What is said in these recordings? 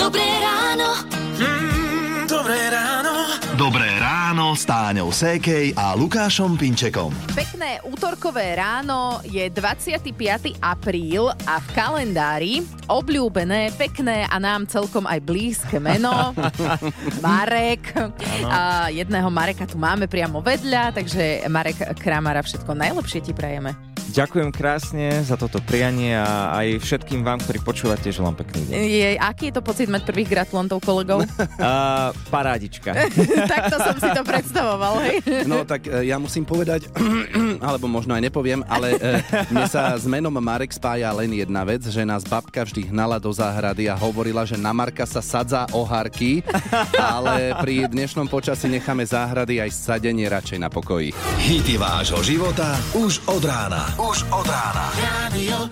Dobré ráno. Dobré ráno. Dobré ráno s Táňou Sékej a Lukášom Pinčekom. Pekné útorkové ráno, je 25. apríl a v kalendári obľúbené, pekné a nám celkom aj blízke meno Marek. A jedného Mareka tu máme priamo vedľa, takže Marek Kramara, všetko najlepšie ti prajeme. Ďakujem krásne za toto prianie a aj všetkým vám, ktorí počúvate, želám pekný deň. Aký je to pocit mať prvých gratulantov kolegov? Parádička. Takto som si to predstavoval, hej? No tak ja musím povedať, alebo možno aj nepoviem, ale mne sa s menom Marek spája len jedna vec, že nás babka vždy hnala do záhrady a hovorila, že na Marka sa sadzá ohárky, ale pri dnešnom počasí necháme záhrady aj sadenie radšej na pokoji. Hity vášho života už od rána. Už od rána. Radio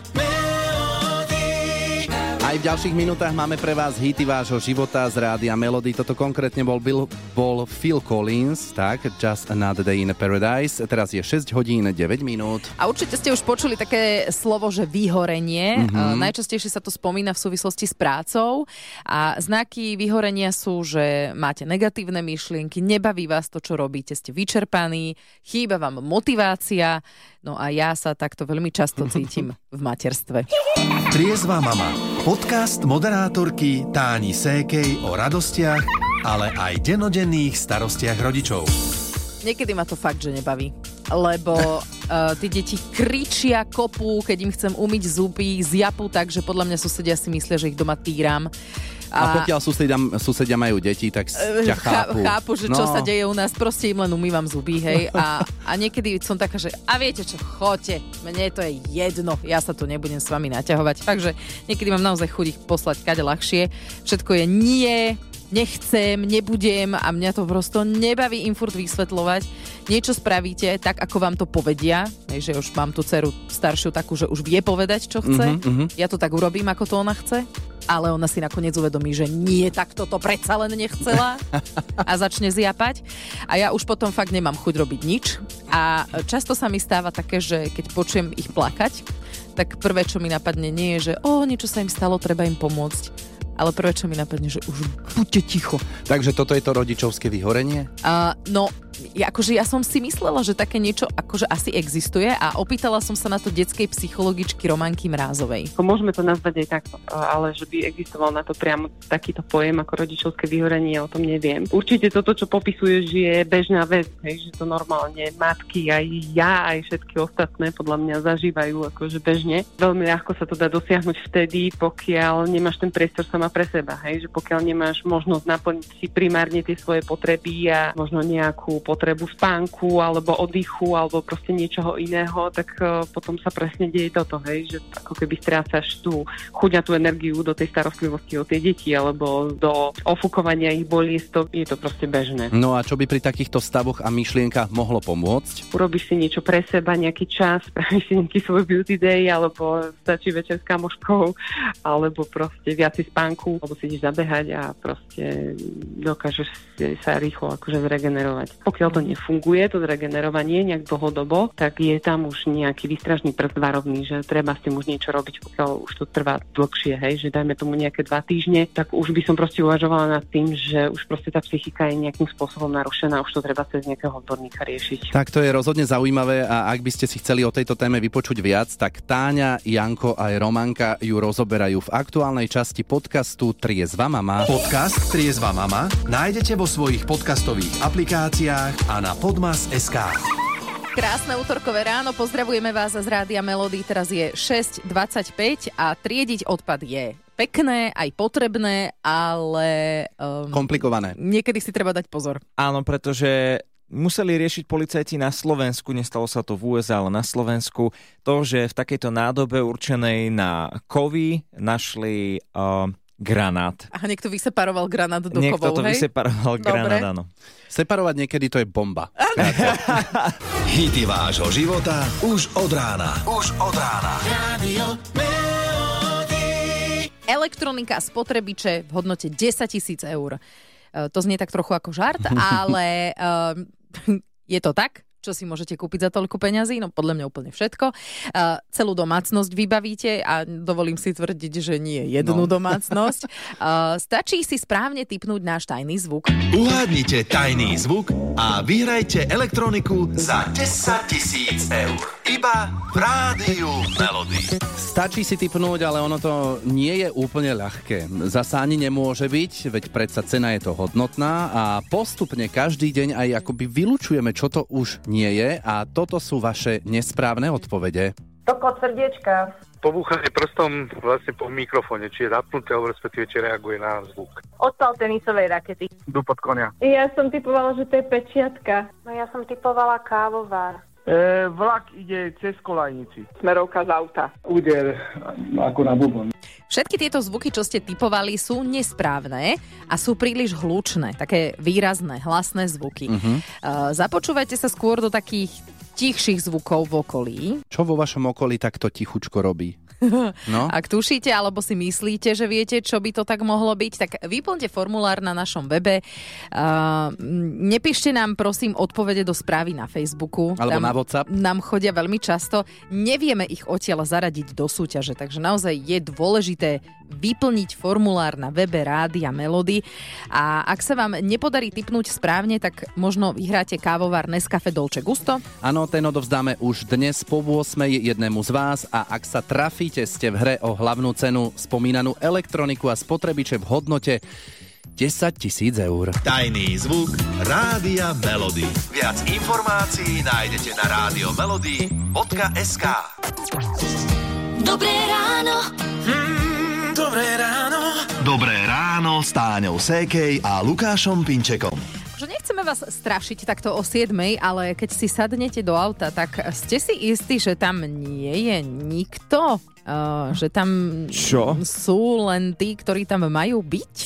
Melody. Aj v ďalších minútach máme pre vás hity vášho života z Rádia Melody. Toto konkrétne bol Phil Collins, tak, Just Another Day in Paradise. Teraz je 6 hodín 9 minút. A určite ste už počuli také slovo, že vyhorenie. Najčastejšie sa to spomína v súvislosti s prácou. A znaky vyhorenia sú, že máte negatívne myšlienky, nebaví vás to, čo robíte, ste vyčerpaní, chýba vám motivácia. No a ja sa takto veľmi často cítim v materstve. Triezva mama. Podcast moderátorky Táni Sékej o radostiach, ale aj dennodenných starostiach rodičov. Niekedy ma to fakt, že nebaví. Lebo tí deti kričia, kopú, keď im chcem umyť zuby, zjapú tak, že podľa mňa susedia si myslia, že ich doma týram. A pokiaľ susedia majú deti, tak ťa chápu. Chápu, že čo sa deje u nás, proste im len umývam zuby, hej. A niekedy som taká, že a viete čo, choďte, mne to je jedno, ja sa tu nebudem s vami naťahovať. Takže niekedy mám naozaj chuť ich poslať kade ľahšie. Všetko je nie, nechcem, nebudem a mňa to prosto nebaví im furt vysvetľovať. Niečo spravíte tak, ako vám to povedia, že už mám tú dceru staršiu takú, že už vie povedať, čo chce. Ja to tak urobím, ako to ona chce, ale ona si nakoniec uvedomí, že nie, tak toto predsa len nechcela a začne zjapať. A ja už potom fakt nemám chuť robiť nič. A často sa mi stáva také, že keď počujem ich plakať, tak prvé, čo mi napadne, nie je, že niečo sa im stalo, treba im pomôcť. Ale prvé, čo mi napadne, že už buďte ticho. Takže toto je to rodičovské vyhorenie? Ja som si myslela, že také niečo akože asi existuje a opýtala som sa na to detskej psychologičky Romanky Mrázovej. Môžeme to nazvať aj takto, ale že by existoval na to priamo takýto pojem ako rodičovské vyhorenie, ja o tom neviem. Určite toto, čo popisuješ, je bežná vec, že to normálne matky, aj ja, aj všetky ostatné podľa mňa zažívajú akože bežne. Veľmi ľahko sa to dá dosiahnuť vtedy, pokiaľ nemáš ten priestor sama pre seba, že pokiaľ nemáš možnosť naplniť si primárne tie svoje potreby a možno nejakú potrebu spánku alebo oddychu alebo proste niečoho iného, tak potom sa presne deje toto, že ako keby strácaš tú chuť a tú energiu do tej starostlivosti o tie deti alebo do ofúkovania ich boliestok, je to proste bežné. No a čo by pri takýchto stavoch a myšlienkach mohlo pomôcť? Urobíš si niečo pre seba, nejaký čas, spravíš si nejaký svoj beauty day alebo stačí večer s kamoškou alebo proste viac si spánku alebo si ideš zabehať a proste dokážeš sa rýchlo akože zregenerovať. Pokiaľ to nefunguje, to zregenerovanie nejak dlhodobo, tak je tam už nejaký výstražný prst varovný, že treba s tým už niečo robiť, pokiaľ už to trvá dlhšie, že dajme tomu nejaké 2 týždne, tak už by som proste uvažovala nad tým, že už proste tá psychika je nejakým spôsobom narušená, už to treba cez nejakého odborníka riešiť. Tak to je rozhodne zaujímavé a ak by ste si chceli o tejto téme vypočuť viac, tak Táňa, Janko aj Romanka ju rozoberajú v aktuálnej časti podcastu Triezva mama. Podcast Triezva mama nájdete vo svojich podcastových aplikáciách a na Podmas.sk. Krásne útorkové ráno, pozdravujeme vás z Rádia Melody, teraz je 6:25 a triediť odpad je pekné, aj potrebné, ale komplikované. Niekedy si treba dať pozor. Áno, pretože museli riešiť policajti na Slovensku, nestalo sa to v USA, ale na Slovensku, to, že v takejto nádobe určenej na kovy našli granát. A niekto vyseparoval granát do kovov, Niekto to vyseparoval granát, áno. Separovať niekedy to je bomba. Hity vášho života už od rána. Už od rána. Radio Melody. Elektronika, spotrebiče v hodnote 10 000 eur. To znie tak trochu ako žart, ale je to tak? čo si môžete kúpiť za toľko peňazí? No podľa mňa úplne všetko. Celú domácnosť vybavíte a dovolím si tvrdiť, že nie jednu domácnosť. Stačí si správne tipnúť náš tajný zvuk. Uhádnite tajný zvuk a vyhrajte elektroniku za 10 000 eur. Iba v Rádiu Melody. Stačí si tipnúť, ale ono to nie je úplne ľahké. Zasa ani nemôže byť, veď predsa cena je to hodnotná a postupne každý deň aj akoby vylučujeme, čo to už nie je a toto sú vaše nesprávne odpovede. Tokot srdiečka. Pobúchanie prstom vlastne po mikrofóne, či je zapnuté, alebo respektíve či reaguje na zvuk. Odpal tenisovej rakety. Dupot konia. Ja som typovala, že to je pečiatka. No ja som typovala kávovár. Vlak ide cez kolajnici. Smerovka z auta. Úder ako na bubon. Všetky tieto zvuky, čo ste tipovali, sú nesprávne a sú príliš hlučné, také výrazné, hlasné zvuky. Započúvajte sa skôr do takých tichších zvukov v okolí. Čo vo vašom okolí takto tichučko robí? No? Ak tušíte, alebo si myslíte, že viete, čo by to tak mohlo byť, tak vyplňte formulár na našom webe. Nepíšte nám, prosím, odpovede do správy na Facebooku. Alebo na WhatsApp. Nám chodia veľmi často. Nevieme ich odtiaľ zaradiť do súťaže, takže naozaj je dôležité vyplniť formulár na webe Rádia Melody. A ak sa vám nepodarí tipnúť správne, tak možno vyhráte kávovár Nescafé Dolce Gusto. Áno, ten odovzdáme už dnes po 8 jednému z vás a ak sa trafíte, ste v hre o hlavnú cenu spomínanú elektroniku a spotrebiče v hodnote 10 000 eur. Tajný zvuk Rádia Melody. Viac informácií nájdete na radiomelody.sk. Dobré ráno. Dobré ráno. Dobré ráno s Táňou Sékej a Lukášom Pinčekom. Že nechceme vás strašiť takto o 7:00, ale keď si sadnete do auta, tak ste si istí, že tam nie je nikto? Že tam sú len tí, ktorí tam majú byť?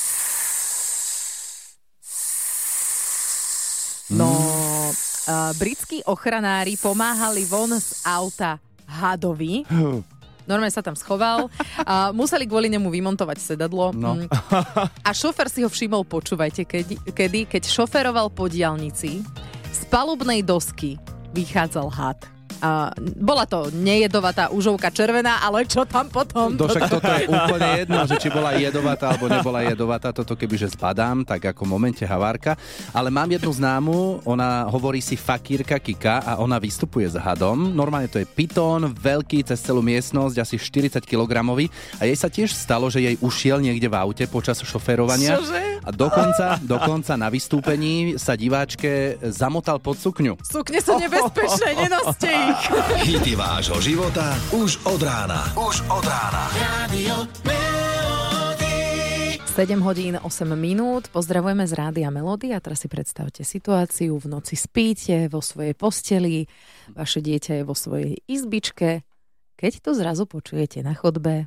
No, britskí ochranári pomáhali von z auta hadovi. Normálne sa tam schoval. Museli kvôli nemu vymontovať sedadlo. No. A šofér si ho všimol, počúvajte, keď šoféroval po diaľnici, z palubnej dosky vychádzal had. Bola to nejedovatá užovka červená, ale čo tam potom? Však toto je úplne jedno, že či bola jedovatá alebo nebola jedovatá, toto kebyže zbadám, tak ako v momente havárka. Ale mám jednu známu, ona hovorí si fakírka Kika a ona vystupuje s hadom. Normálne to je pytón, veľký cez celú miestnosť, asi 40 kg. A jej sa tiež stalo, že jej ušiel niekde v aute počas šoférovania. Čože? A dokonca na vystúpení sa diváčke zamotal pod sukňu. Sukne sú nebezpečné, nenoste ich. Hity vášho života už od rána. Už od rána. Rádio Melody. 7 hodín 8 minút. Pozdravujeme z Rádia Melody a teraz si predstavte situáciu. V noci spíte vo svojej posteli, vaše dieťa je vo svojej izbičke. Keď to zrazu počujete na chodbe,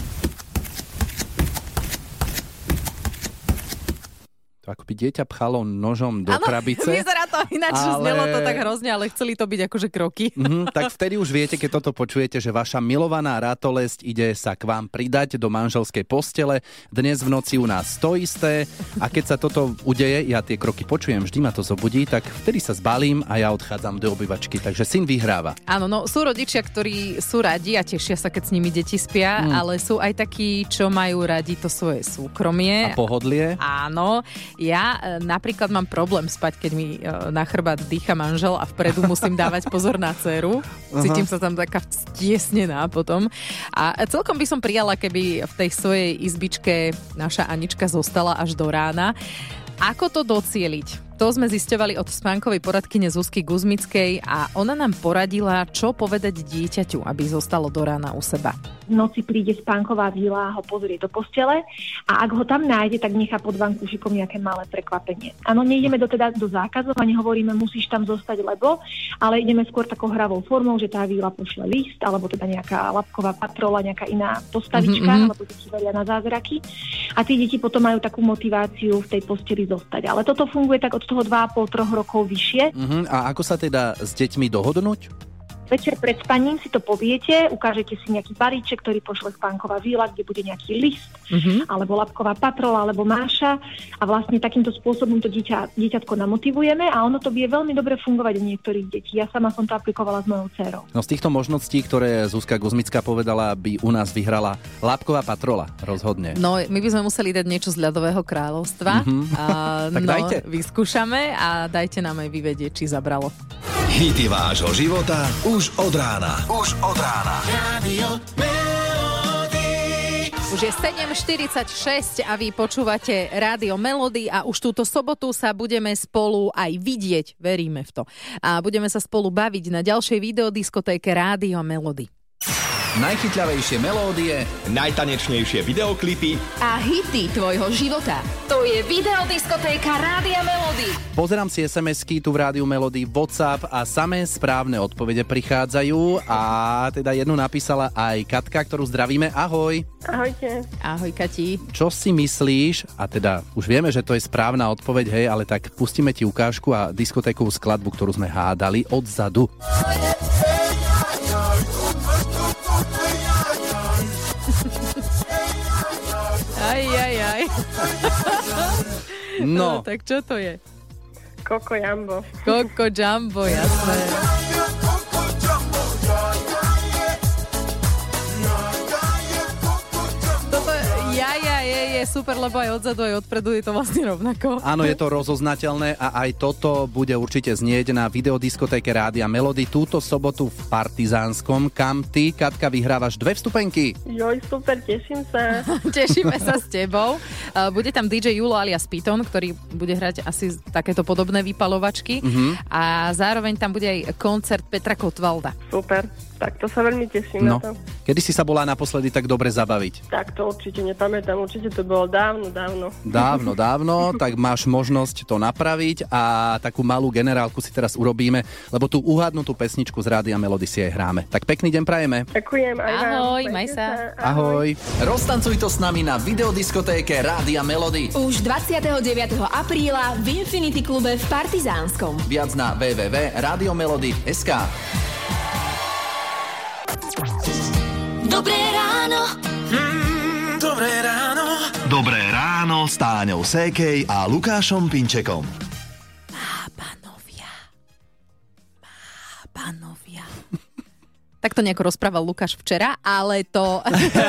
ako by dieťa pchalo nožom do krabice. Vyzerá to ináč, znelo to tak hrozne, ale chceli to byť akože kroky. Tak vtedy už viete, keď toto počujete, že vaša milovaná ratolesť ide sa k vám pridať do manželskej postele. Dnes v noci u nás to isté. A keď sa toto udeje, ja tie kroky počujem, vždy ma to zobudí, tak vtedy sa zbalím a ja odchádzam do obývačky. Takže syn vyhráva. Áno, no sú rodičia, ktorí sú radi a tešia sa, keď s nimi deti spia, ale sú aj takí, čo majú radi to svoje súkromie. A pohodlie. Áno. Ja napríklad mám problém spať, keď mi na chrbát dýcha manžel a vpredu musím dávať pozor na dceru. Cítim sa tam taká stiesnená potom. A celkom by som prijala, keby v tej svojej izbičke naša Anička zostala až do rána. Ako to docieliť? To sme zisťovali od spánkovej poradkyne Zuzky Guzmickej a ona nám poradila, čo povedať dieťaťu, aby zostalo do rána u seba. V noci príde spánková víla, ho pozrie do postele a ak ho tam nájde, tak nechá pod vankúšikom nejaké malé prekvapenie. Áno, nejdeme do zákazov a nehovoríme, musíš tam zostať, lebo, ale ideme skôr takou hravou formou, že tá víla pošle list, alebo teda nejaká labková patrola, nejaká iná postavička, alebo deti veria na zázraky. A tí deti potom majú takú motiváciu v tej posteli zostať. Ale toto funguje tak od toho 2,5-3 rokov vyššie. A ako sa teda s deťmi dohodnúť? Večer pred spaním si to poviete, ukážete si nejaký balíček, ktorý pošle Spánková víla, kde bude nejaký list, alebo Labková patrola, alebo Máša a vlastne takýmto spôsobom to dieťatko namotivujeme a ono to vie veľmi dobre fungovať u niektorých detí. Ja sama som to aplikovala s mojou dcérou. No z týchto možností, ktoré Zuzka Guzmická povedala, by u nás vyhrala Labková patrola, rozhodne. No, my by sme museli dať niečo z ľadového kráľovstva. Tak dajte. Vyskúšame a dajte nám aj vyvedieť, či zabralo. Hity vášho života už od rána. Rádio Melody. Už je 7:46 a vy počúvate Rádio Melody a už túto sobotu sa budeme spolu aj vidieť, veríme v to. A budeme sa spolu baviť na ďalšej videodiskotéke Rádio Melody. Najchytľavejšie melódie, najtanečnejšie videoklipy a hity tvojho života. To je videodiskotéka Rádia Melody. Pozerám si SMS-ky tu v Rádiu Melody, WhatsApp a samé správne odpovede prichádzajú a teda jednu napísala aj Katka, ktorú zdravíme. Ahoj. Ahojte. Ahoj, Kati. Čo si myslíš, a teda už vieme, že to je správna odpoveď, hej, ale tak pustíme ti ukážku a diskotékovú skladbu, ktorú sme hádali odzadu. Aj. No. Tak čo to je? Coco Jumbo. Coco Jumbo, jasné. Toto je super, lebo aj odzadu, aj odpredu je to vlastne rovnako. Áno, je to rozoznateľné a aj toto bude určite znieť na videodiskotéke Rádia Melody túto sobotu v Partizánskom, kam ty, Katka, vyhrávaš 2 vstupenky. Joj, super, teším sa. Tešíme sa s tebou. Bude tam DJ Julo alias Python, ktorý bude hrať asi takéto podobné vypalovačky. A zároveň tam bude aj koncert Petra Kotvalda. Super, tak to sa veľmi teším na to. Kedy si sa bola naposledy tak dobre zabaviť? Tak to určite nepamätám, určite to bolo dávno. Dávno, tak máš možnosť to napraviť a takú malú generálku si teraz urobíme, lebo tú uhádnutú pesničku z Rádia Melody si aj hráme. Tak pekný deň prajeme. Ďakujem aj vám. Ahoj, maj sa. Ahoj. Roztancuj to s nami na videodiskotéke Rádia Melody. Už 29. apríla v Infinity klube v Partizánskom. Viac na www.radiomelody.sk. Dobré ráno. Dobré ráno. Dobré ráno s Táňou Sékej a Lukášom Pinčekom. Pánovia. Tak to nejako rozprával Lukáš včera, ale to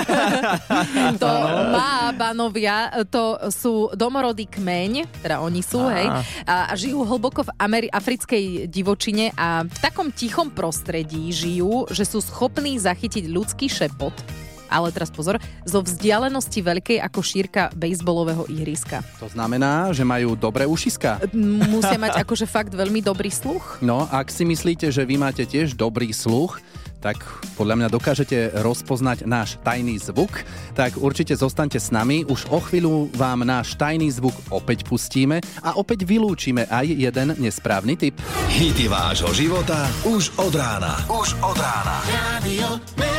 Mábanovia, to sú domorodý kmeň, teda oni sú, hej, a žijú hlboko v africkej divočine a v takom tichom prostredí žijú, že sú schopní zachytiť ľudský šepot. Ale teraz pozor, zo vzdialenosti veľkej ako šírka bejsbolového ihriska. To znamená, že majú dobré ušiska. Musia mať akože fakt veľmi dobrý sluch. No, ak si myslíte, že vy máte tiež dobrý sluch, tak podľa mňa dokážete rozpoznať náš tajný zvuk, tak určite zostaňte s nami. Už o chvíľu vám náš tajný zvuk opäť pustíme a opäť vylúčime aj jeden nesprávny tip. Hity vášho života už od rána. Rádio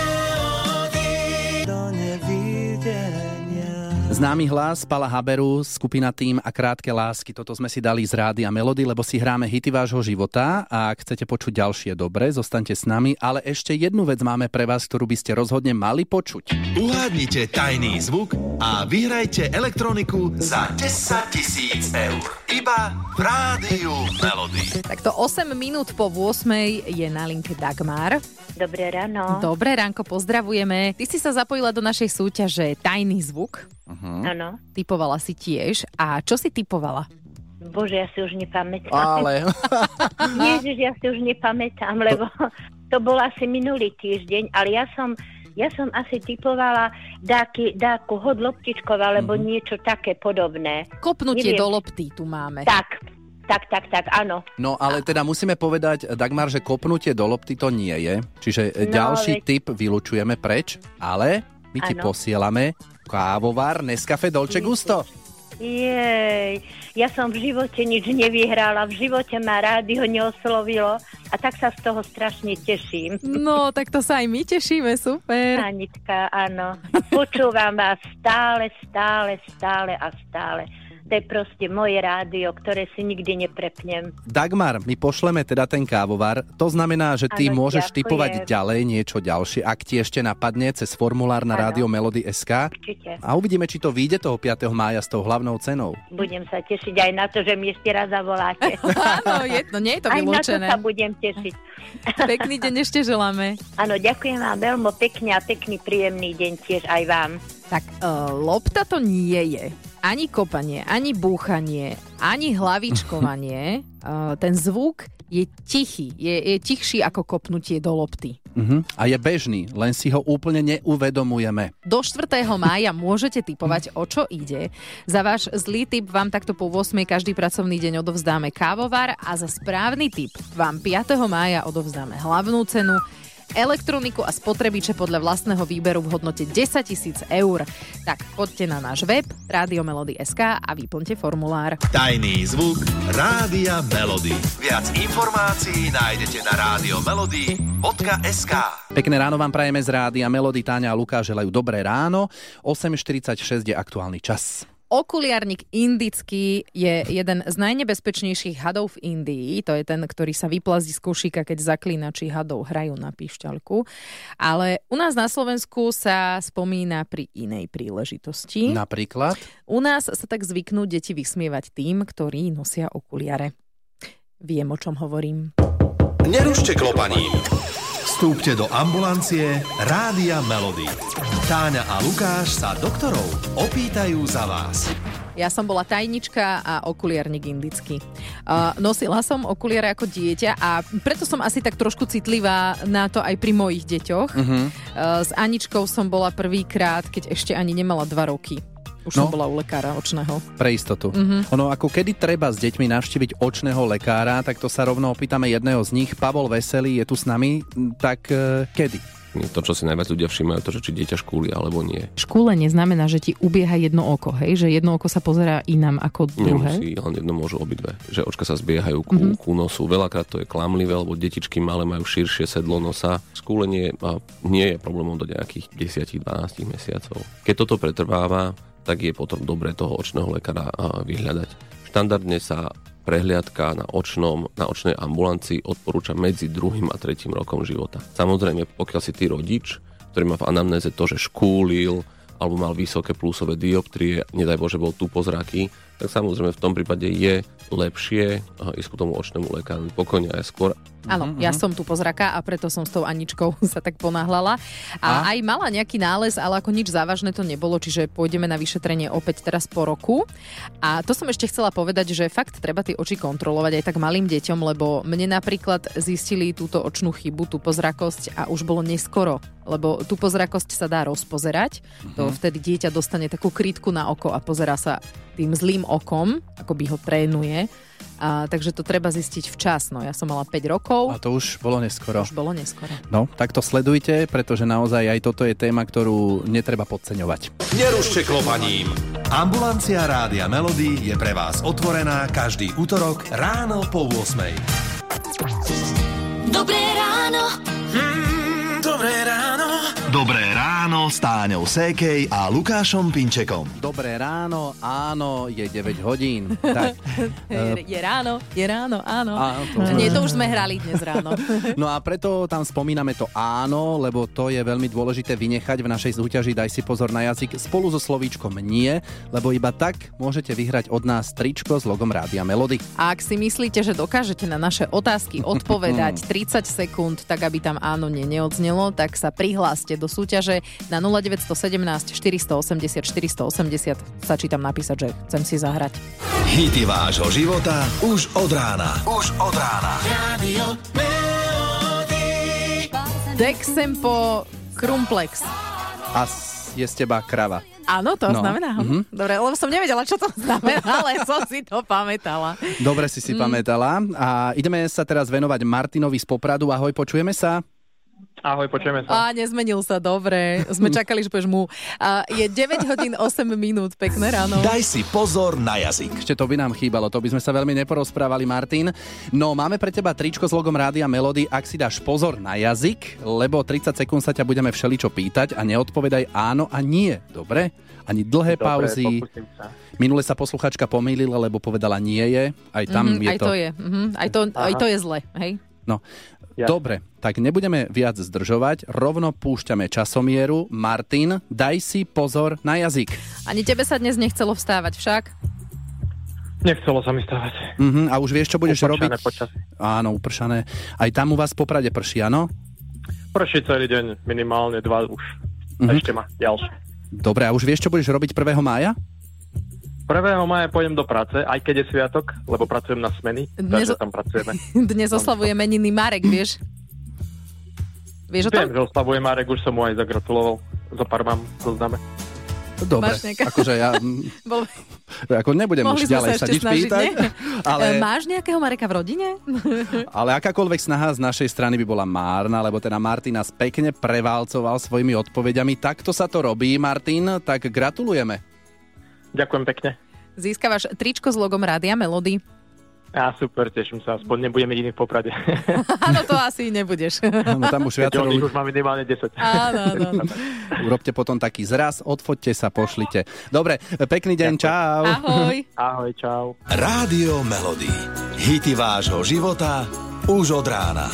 Známy hlas Pala Haberu, skupina Tým a Krátke lásky. Toto sme si dali z Rádia Melody, lebo si hráme hity vášho života a ak chcete počuť ďalšie dobre, zostaňte s nami, ale ešte jednu vec máme pre vás, ktorú by ste rozhodne mali počuť. Uhádnite tajný zvuk a vyhrajte elektroniku za 10 000 eur. Iba v Rádiu Melody. Takto 8 minút po 8 je na linke Dagmar. Dobré ráno. Dobré ránko, pozdravujeme. Ty si sa zapojila do našej súťaže Tajný zvuk. Áno. Typovala si tiež. A čo si typovala? Bože, ja si už nepamätám. Ale... Ježiš, ja si už nepamätám, lebo to bol asi minulý týždeň, ale ja som asi typovala dáku hod loptičkov, alebo niečo také podobné. Kopnutie do lopty tu máme. Tak, áno. No, ale teda musíme povedať, Dagmar, že kopnutie do lopty to nie je. Čiže ďalší tip vylučujeme preč, ale my ti posielame kávovar Nescafé Dolce Gusto. Jej, ja som v živote nič nevyhrala, v živote ma rádio neoslovilo a tak sa z toho strašne teším. No, tak to sa aj my tešíme, super. Anička, áno. Počúvam vás stále. To je proste moje rádio, ktoré si nikdy neprepnem. Dagmar, my pošleme teda ten kávovar. To znamená, že ty môžeš tipovať ďalej niečo ďalšie, ak ti ešte napadne cez formulár na Rádio Melody.sk. Určite. A uvidíme, či to vyjde toho 5. mája s tou hlavnou cenou. Budem sa tešiť aj na to, že mi ešte raz zavoláte. Áno, nie je to vylúčené. Aj na to sa budem tešiť. Pekný deň ešte želáme. Áno, ďakujem vám veľmi pekne a pekný, príjemný deň tiež aj vám. Tak lopta to nie je. Ani kopanie, ani búchanie, ani hlavičkovanie. Ten zvuk je tichý. Je tichší ako kopnutie do lopty. A je bežný, len si ho úplne neuvedomujeme. Do 4. mája môžete tipovať, o čo ide. Za váš zlý tip vám takto po 8. každý pracovný deň odovzdáme kávovar a za správny tip vám 5. mája odovzdáme hlavnú cenu, elektroniku a spotrebiče podľa vlastného výberu v hodnote 10 000 eur. Tak poďte na náš web radiomelody.sk a vyplňte formulár. Tajný zvuk Rádia Melody. Viac informácií nájdete na radiomelody.sk. Pekné ráno vám prajeme z Rádia Melody. Táňa a Lukáš želajú dobré ráno. 8:46 je aktuálny čas. Okuliarnik indický je jeden z najnebezpečnejších hadov v Indii. To je ten, ktorý sa vyplazí z košíka, keď zaklínači hadov hrajú na píšťalku. Ale u nás na Slovensku sa spomína pri inej príležitosti. Napríklad? U nás sa tak zvyknú deti vysmievať tým, ktorí nosia okuliare. Viem, o čom hovorím. Nerušte klopaním. Vstúpte do ambulancie Rádia Melody. Táňa a Lukáš sa doktorov opýtajú za vás. Ja som bola tajnička a okuliarník indický. Nosila som okuliare ako dieťa a preto som asi tak trošku citlivá na to aj pri mojich deťoch. S Aničkou som bola prvýkrát, keď ešte ani nemala 2 roky. Už som bola u lekára očného. Pre istotu. Ono, ako kedy treba s deťmi navštíviť očného lekára, tak to sa rovno opýtame jedného z nich. Pavol Veselý je tu s nami. Tak kedy? To, čo si najviac ľudia všímajú, to, že či dieťa škúli alebo nie. Škúlenie znamená, že ti ubieha jedno oko, hej? Že jedno oko sa pozerá inám ako druhé? Nemusí, len jedno môžu obidve. Že očka sa zbiehajú ku nosu. Veľakrát to je klamlivé, lebo detičky malé majú širšie sedlo nosa. Škúlenie nie je problémom do nejakých 10-12 mesiacov. Keď toto pretrváva, tak je potom dobre toho očného lekára vyhľadať. Štandardne sa prehliadka na očnej ambulancii odporúča medzi 2. a 3. rokom života. Samozrejme, pokiaľ si ty rodič, ktorý má v anamnéze to, že škúlil alebo mal vysoké plusové dioptrie, nedaj Bože bol tupozraký, tak samozrejme v tom prípade je lepšie ísť k tomu očnému lekárovi pokojne aj skôr. Áno, ja som tu pozraka a preto som s tou Aničkou sa tak ponáhľala. A aj mala nejaký nález, ale ako nič závažné to nebolo, čiže pôjdeme na vyšetrenie opäť teraz po roku. A to som ešte chcela povedať, že fakt treba tie oči kontrolovať aj tak malým deťom, lebo mne napríklad zistili túto očnú chybu, tú pozrakosť a už bolo neskoro, lebo tú pozrakosť sa dá rozpozerať. To vtedy dieťa dostane takú krytku na oko a pozerá sa tým zlým okom, ako by ho trénuje. Takže to treba zistiť včas. No, ja som mala 5 rokov. A to už bolo neskoro. Už bolo neskoro. No, tak to sledujte, pretože naozaj aj toto je téma, ktorú netreba podceňovať. Nerušte klopaním. Ambulancia Rádia Melody je pre vás otvorená každý utorok ráno po 8. Dobré ráno. Dobré ráno. Dobré ráno s Táňou Sékej a Lukášom Pinčekom. Dobré ráno, áno, je 9 hodín. Tak, je ráno, áno. Nie, to už sme hrali dnes ráno. No a preto tam spomíname to áno, lebo to je veľmi dôležité vynechať v našej súťaži Daj si pozor na jazyk spolu so slovíčkom nie, lebo iba tak môžete vyhrať od nás tričko s logom Rádia Melody. A ak si myslíte, že dokážete na naše otázky odpovedať 30 sekúnd, tak aby tam áno, nie neodznelo, tak sa prihláste do súťaže na 0917 480 480. Stačí tam napísať, že chcem si zahrať. Hity vášho života už od rána. Rádio Melody. Dexempo Krumplex. A je z teba krava. Áno, to znamená. Dobre, lebo som nevedela, čo to znamená, ale som si to pamätala. Dobre si pamätala. A ideme sa teraz venovať Martinovi z Popradu. Ahoj, počujeme sa? Ahoj, počujeme sa. Nezmenil sa, dobre. Sme čakali, že povieš mu. Je 9 hodín 8 minút, pekné ráno. Daj si pozor na jazyk. Ešte to by nám chýbalo, to by sme sa veľmi neporozprávali, Martin. No, máme pre teba tričko s logom Rádia Melody, ak si dáš pozor na jazyk, lebo 30 sekúnd sa ťa budeme všeličo pýtať a neodpovedaj áno a nie, dobre? A ani dlhé Dobre, pauzy. pokúsim sa. Minule sa posluchačka pomýlila, lebo povedala nie je. Aj tam je aj to... to je. Aj to je zle, hej? No, dobre, tak nebudeme viac zdržovať. Rovno púšťame časomieru. Martin, daj si pozor na jazyk. Ani tebe sa dnes nechcelo vstávať však? Nechcelo sa mi stávať. A už vieš, čo budeš robiť? Počasie. Áno, upršané. Aj tam u vás v Poprade prší, áno? Prší celý deň, minimálne 2 už. Ešte má ďalšie. Dobre, a už vieš, čo budeš robiť 1. mája? 1. mája pôjdem do práce, aj keď je sviatok, lebo pracujem na smeny, takže tam pracujeme. Dnes oslavuje meniny Marek, vieš? Vieš o tom? Viem, že oslavuje Marek, už som mu aj zagratuloval. Za pár mám zoznáme. Dobre, akože ja... Ako nebudem už ďalej sa nič pýtať. Ale... Máš nejakého Mareka v rodine? Ale akákoľvek snaha z našej strany by bola márna, lebo teda Martin nás pekne preválcoval svojimi odpovediami. Takto sa to robí, Martin, tak gratulujeme. Ďakujem pekne. Získavaš tričko s logom Rádia Melody. Super, teším sa, aspoň nebudem jediný v Poprade. Áno, to asi nebudeš. No, tam už viacero... Už mám minimálne 10. Áno. Urobte potom taký zraz, odfoďte sa, pošlite. Dobre, pekný deň, čau. Ahoj. Ahoj, čau. Rádio Melody. Hity vášho života už od rána.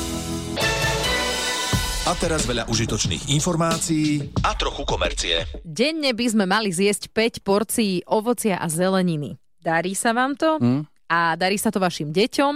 A teraz veľa užitočných informácií a trochu komercie. Denne by sme mali zjesť 5 porcií ovocia a zeleniny. Darí sa vám to? A darí sa to vašim deťom.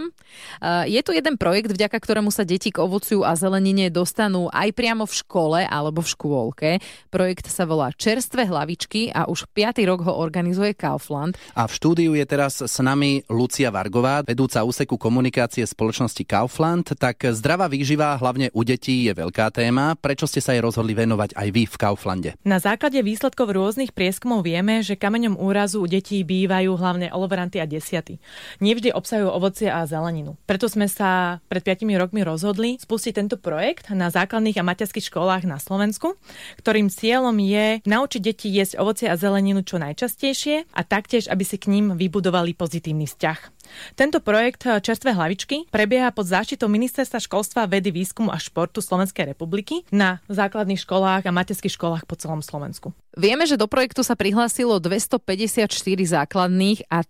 Je tu jeden projekt, vďaka ktorému sa deti k ovociu a zelenine dostanú aj priamo v škole alebo v škôlke. Projekt sa volá Čerstvé hlavičky a už 5. rok ho organizuje Kaufland. A v štúdiu je teraz s nami Lucia Vargová, vedúca úseku komunikácie spoločnosti Kaufland. Tak zdravá výživa, hlavne u detí, je veľká téma. Prečo ste sa jej rozhodli venovať aj vy v Kauflande? Na základe výsledkov rôznych prieskumov vieme, že kameňom úrazu u detí bývajú hlavne olovoranty a desiaty. Nevždy obsahujú ovocie a zeleninu. Preto sme sa pred 5 rokmi rozhodli spustiť tento projekt na základných a materských školách na Slovensku, ktorým cieľom je naučiť deti jesť ovocie a zeleninu čo najčastejšie a taktiež, aby si k ním vybudovali pozitívny vzťah. Tento projekt Čerstvé hlavičky prebieha pod záštitou Ministerstva školstva, vedy, výskumu a športu Slovenskej republiky na základných školách a materských školách po celom Slovensku. Vieme, že do projektu sa prihlásilo 254 základných a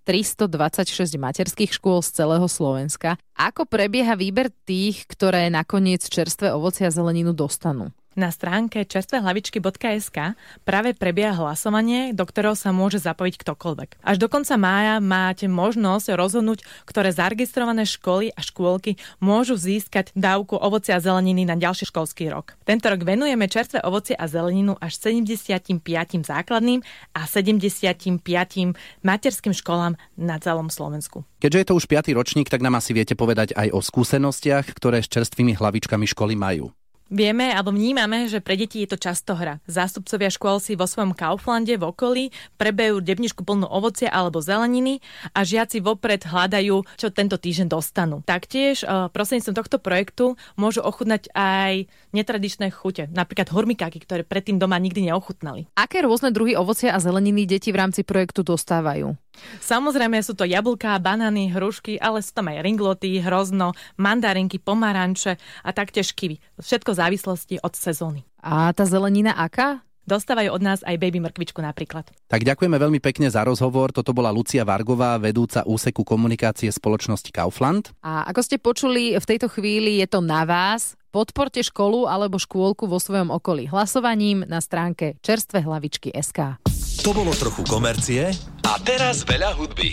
326 materských škôl z celého Slovenska. Ako prebieha výber tých, ktoré nakoniec čerstvé ovocie a zeleninu dostanú? Na stránke čerstvehlavičky.sk práve prebieha hlasovanie, do ktorého sa môže zapojiť ktokoľvek. Až do konca mája máte možnosť rozhodnúť, ktoré zaregistrované školy a škôlky môžu získať dávku ovocia a zeleniny na ďalší školský rok. Tento rok venujeme čerstvé ovocie a zeleninu až 75 základným a 75 materským školám na celom Slovensku. Keďže je to už 5. ročník, tak nám asi viete povedať aj o skúsenostiach, ktoré s čerstvými hlavičkami školy majú. Vieme alebo vnímame, že pre deti je to často hra. Zástupcovia škôl si vo svojom Kauflande v okolí prebejú debničku plnú ovocia alebo zeleniny a žiaci vopred hľadajú, čo tento týždeň dostanú. Taktiež prostredníctvom tohto projektu môžu ochutnať aj netradičné chute, napríklad hurmikáky, ktoré predtým doma nikdy neochutnali. Aké rôzne druhy ovocia a zeleniny deti v rámci projektu dostávajú? Samozrejme sú to jablká, banány, hrušky, ale sú tam aj ringloty, hrozno, mandarinky, pomaranče a taktiež kiwi. Všetko v závislosti od sezóny. A tá zelenina aká? Dostávajú od nás aj baby mrkvičku napríklad. Tak ďakujeme veľmi pekne za rozhovor. Toto bola Lucia Vargová, vedúca úseku komunikácie spoločnosti Kaufland. A ako ste počuli, v tejto chvíli je to na vás. Podporte školu alebo škôlku vo svojom okolí hlasovaním na stránke čerstvehlavičky.sk. To bolo trochu komercie a teraz veľa hudby.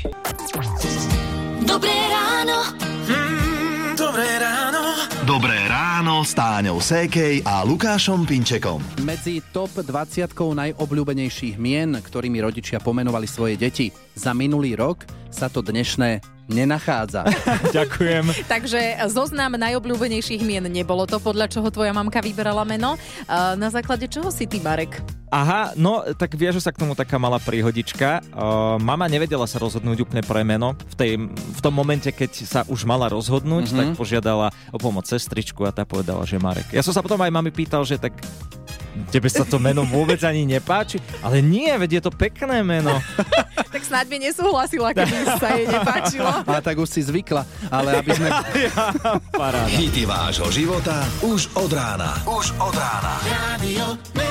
Dobré ráno. Dobré ráno. Dobré ráno s Táňou Sékej a Lukášom Pinčekom. Medzi top 20 najobľúbenejších mien, ktorými rodičia pomenovali svoje deti za minulý rok, sa to dnešné nenachádza. Ďakujem. Takže zoznam najobľúbenejších mien nebolo to, podľa čoho tvoja mamka vyberala meno. Na základe čoho si ty, Marek? Aha, no tak viaže sa k tomu taká malá príhodička. Mama nevedela sa rozhodnúť úplne pre meno. V tom momente, keď sa už mala rozhodnúť, tak požiadala o pomoc sestričku a tá povedala, že Marek. Ja som sa potom aj mami pýtal, že tak tebe sa to meno vôbec ani nepáči? Ale nie, veď je to pekné meno. Tak snáď by nesúhlasila, keby sa jej nepáčilo. A tak už si zvykla, ale aby sme... Hity vášho života už od rána. Už od rána. Radio